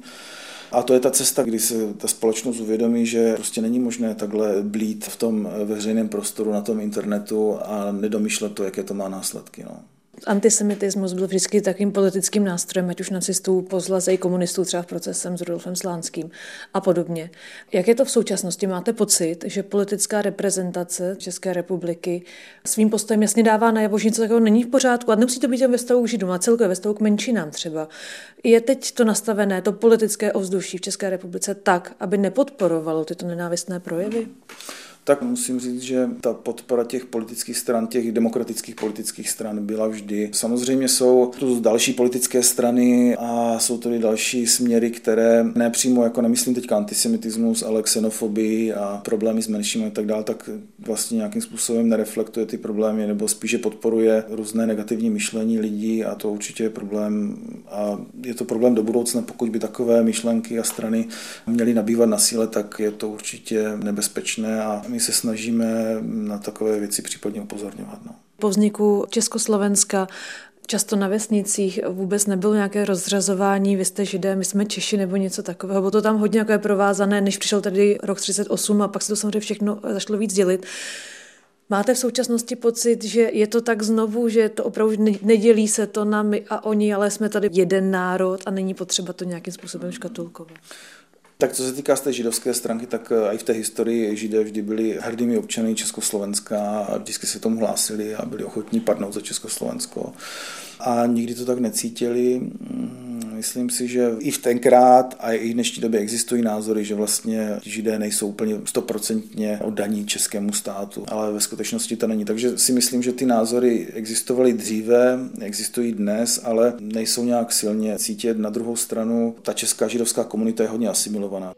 A to je ta cesta, kdy se ta společnost uvědomí, že prostě není možné takhle blít v tom veřejném prostoru na tom internetu a nedomýšlet to, jaké to má následky. No. Antisemitismus byl vždycky takým politickým nástrojem, ať už nacistů, pozlaze i komunistů, třeba v procesem s Rudolfem Slánským a podobně. Jak je to v současnosti? Máte pocit, že politická reprezentace České republiky svým postojem jasně dává najevo, že něco takového není v pořádku a nemusí to být jen ve vztahu k Židům, a celkově ve vztahu k menšinám třeba. Je teď to nastavené, to politické ovzduší v České republice tak, aby nepodporovalo tyto nenávistné projevy? Tak musím říct, že ta podpora těch politických stran, těch demokratických politických stran byla vždy. Samozřejmě jsou tu další politické strany a jsou tady další směry, které nepřímo, jako nemyslím teďka antisemitismus, ale xenofobii a problémy s menšími a tak dále, tak vlastně nějakým způsobem nereflektuje ty problémy nebo spíše podporuje různé negativní myšlení lidí a to určitě je problém a je to problém do budoucna, pokud by takové myšlenky a strany měly nabývat na síle, tak je to určitě nebezpečné a my se snažíme na takové věci případně upozorňovat. No. Po vzniku Československa často na vesnicích vůbec nebylo nějaké rozřazování, vy jste Židé, my jsme Češi nebo něco takového. Bylo to tam hodně jako je provázané, než přišel tady rok 1938 a pak se to samozřejmě všechno zašlo víc dělit. Máte v současnosti pocit, že je to tak znovu, že to opravdu nedělí se to na my a oni, ale jsme tady jeden národ a není potřeba to nějakým způsobem škatulkovat? Tak co se týká z té židovské stránky, tak i v té historii Židé vždy byli hrdými občany Československa a vždycky se tomu hlásili a byli ochotní padnout za Československo. A nikdy to tak necítili. Myslím si, že i v tenkrát a i v dnešní době existují názory, že vlastně Židé nejsou úplně 100% oddaní českému státu, ale ve skutečnosti to není. Takže si myslím, že ty názory existovaly dříve, existují dnes, ale nejsou nějak silně cítit. Na druhou stranu ta česká židovská komunita je hodně asimilovaná.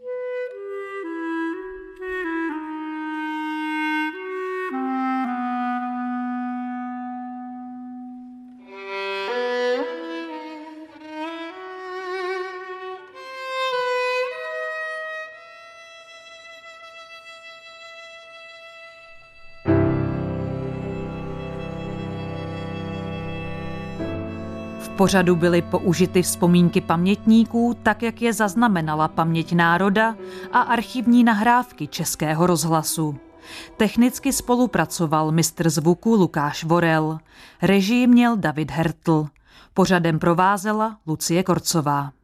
V pořadu byly použity vzpomínky pamětníků, tak jak je zaznamenala paměť národa a archivní nahrávky Českého rozhlasu. Technicky spolupracoval mistr zvuku Lukáš Vorel. Režii měl David Hertl. Pořadem provázela Lucie Korcová.